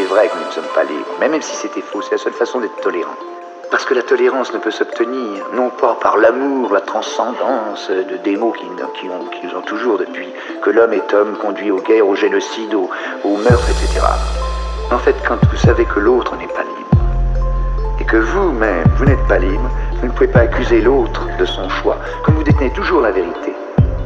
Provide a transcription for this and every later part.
c'est vrai que nous ne sommes pas libres, mais même si c'était faux, c'est la seule façon d'être tolérant. Parce que la tolérance ne peut s'obtenir, non pas par l'amour, la transcendance des mots qui nous ont toujours, depuis que l'homme est homme, conduit aux guerres, au génocide, au meurtre, etc. En fait, quand vous savez que l'autre n'est pas libre, et que vous-même, vous n'êtes pas libre, vous ne pouvez pas accuser l'autre de son choix, comme vous détenez toujours la vérité.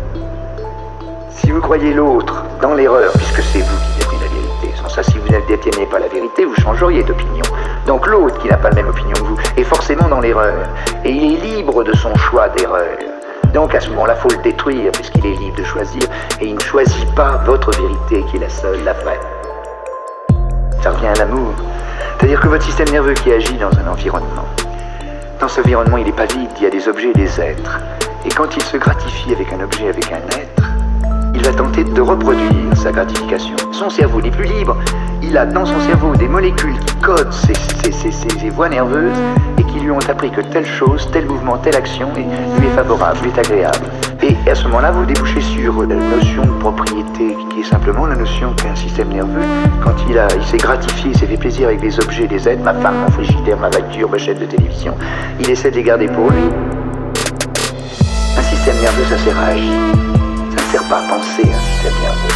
Si vous croyez l'autre dans l'erreur, puisque c'est vous qui détenez la vérité, sans ça, si vous ne déteniez pas la vérité, vous changeriez d'opinion. Donc l'autre, qui n'a pas la même opinion que vous, est forcément dans l'erreur. Et il est libre de son choix d'erreur. Donc à ce moment-là, il faut le détruire, puisqu'il est libre de choisir, et il ne choisit pas votre vérité, qui est la seule, la vraie. Ça revient à l'amour. C'est-à-dire que votre système nerveux qui agit dans un environnement, dans cet environnement, il n'est pas vide, il y a des objets et des êtres. Et quand il se gratifie avec un objet, avec un être, il va tenter de reproduire sa gratification. Son cerveau n'est plus libre. Il a dans son cerveau des molécules qui codent ses voies nerveuses et qui lui ont appris que telle chose, tel mouvement, telle action lui est favorable, lui est agréable. Et à ce moment-là, vous débouchez sur la notion de propriété, qui est simplement la notion qu'un système nerveux, quand il s'est gratifié, il s'est fait plaisir avec des objets, des êtres, ma femme, mon frigidaire, ma voiture, ma chaîne de télévision, il essaie de les garder pour lui. Un système nerveux, ça sert à agir. Ça ne sert pas à penser, un système nerveux.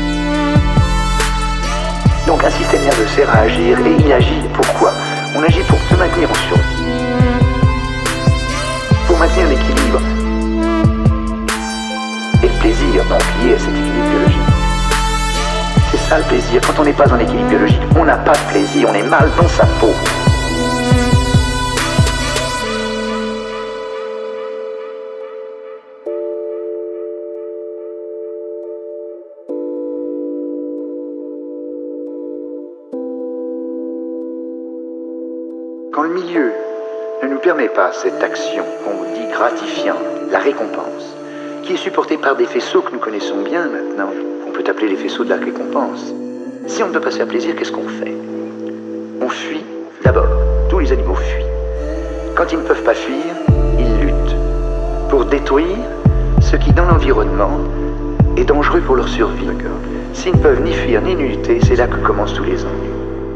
Donc un système nerveux sert à agir, et il agit pourquoi? On agit pour se maintenir en survie. Pour maintenir l'équilibre. Et le plaisir, donc, lié à cet équilibre biologique. C'est ça le plaisir. Quand on n'est pas en équilibre biologique, on n'a pas de plaisir, on est mal dans sa peau. Quand le milieu ne nous permet pas cette action qu'on dit gratifiante, la récompense, qui est supportée par des faisceaux que nous connaissons bien maintenant, on peut appeler les faisceaux de la récompense. Si on ne peut pas se faire plaisir, qu'est-ce qu'on fait? On fuit d'abord. Tous les animaux fuient. Quand ils ne peuvent pas fuir, ils luttent pour détruire ce qui, dans l'environnement, est dangereux pour leur survie. S'ils ne peuvent ni fuir ni lutter, c'est là que commencent tous les ennuis.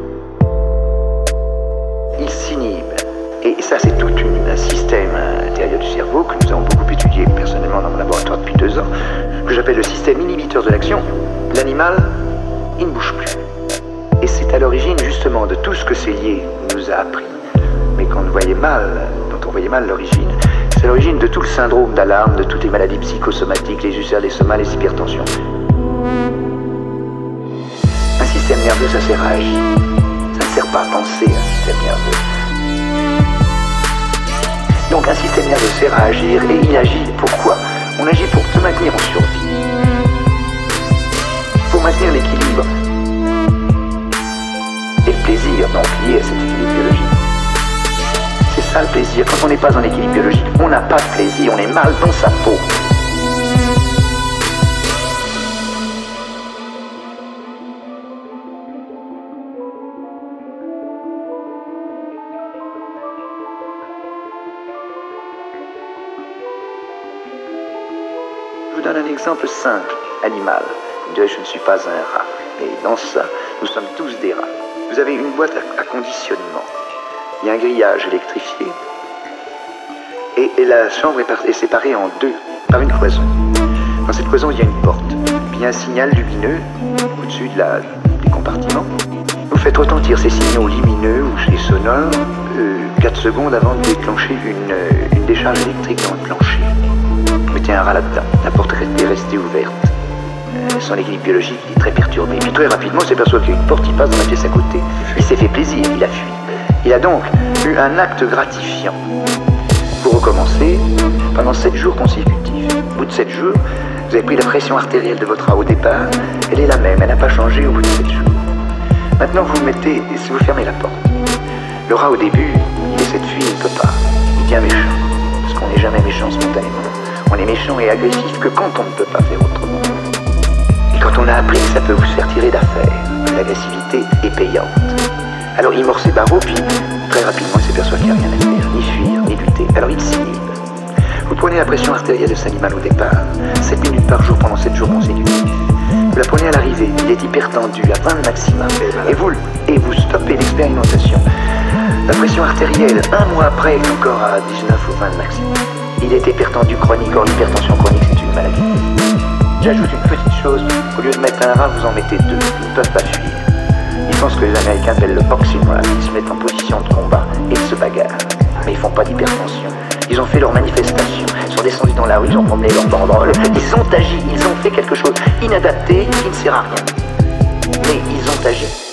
Ils s'inhibent. Et ça, c'est tout un système intérieur du cerveau que nous avons beaucoup étudié personnellement dans mon laboratoire depuis 2 ans, que j'appelle le système inhibiteur de l'action. L'animal, il ne bouge plus. Et c'est à l'origine justement de tout ce que ces liés nous a appris, mais qu'on voyait mal, dont on voyait mal l'origine. C'est l'origine de tout le syndrome d'alarme, de toutes les maladies psychosomatiques, les ulcères d'estomac, les hypertensions. Un système nerveux, ça sert à agir. Ça ne sert pas à penser, un système nerveux. Donc un système nerveux sert à agir, et il agit pourquoi? On agit pour se maintenir en survie. Pour maintenir l'équilibre. Et le plaisir, donc, lié à cet équilibre biologique. C'est ça le plaisir. Quand on n'est pas en équilibre biologique, on n'a pas de plaisir, on est mal dans sa peau. Je vous donne un exemple simple, animal. Vous direz, je ne suis pas un rat. Mais dans ça, nous sommes tous des rats. Vous avez une boîte à conditionnement. Il y a un grillage électrifié. Et la chambre est séparée en 2 par une cloison. Dans cette cloison, il y a une porte. Puis il y a un signal lumineux au-dessus des compartiments. Vous faites retentir ces signaux lumineux ou ces sonores 4 secondes avant de déclencher une décharge électrique dans le plancher. Vous mettez un rat là-dedans. La porte est restée ouverte. Son équilibre biologique est très perturbé. Puis très rapidement, on s'aperçoit qu'il y a une porte qui passe dans la pièce à côté. Il s'est fait plaisir, il a fui. Il a donc eu un acte gratifiant. Pour recommencer, pendant 7 jours consécutifs. Au bout de 7 jours, vous avez pris la pression artérielle de votre rat au départ. Elle est la même, elle n'a pas changé au bout de 7 jours. Maintenant, vous mettez, si vous fermez la porte. Le rat au début, il essaie de fuir, il ne peut pas. Il devient méchant. Parce qu'on n'est jamais méchant spontanément. On est méchant et agressif que quand on ne peut pas faire autrement. Et quand on a appris que ça peut vous faire tirer d'affaire, que l'agressivité est payante. Alors il mord ses barreaux, puis très rapidement il s'aperçoit qu'il n'y a rien à faire, ni fuir, ni lutter. Alors il s'inhibe. Vous prenez la pression artérielle de cet animal au départ, 7 minutes par jour pendant 7 jours consécutifs. Vous la prenez à l'arrivée, il est hypertendu à 20 maximum. Et vous stoppez l'expérimentation. La pression artérielle, un mois après, est encore à 19 ou 20 maximum. Il est hypertendu chronique, or l'hypertension chronique c'est une maladie. J'ajoute une petite chose, au lieu de mettre un rat, vous en mettez deux, ils ne peuvent pas fuir. Ils font ce que les Américains appellent le boxing run, ils se mettent en position de combat et ils se bagarrent. Mais ils font pas d'hypertension. Ils ont fait leur manifestation, ils sont descendus dans la rue, ils ont promené leurs banderoles, ils ont agi, ils ont fait quelque chose inadapté qui ne sert à rien. Mais ils ont agi.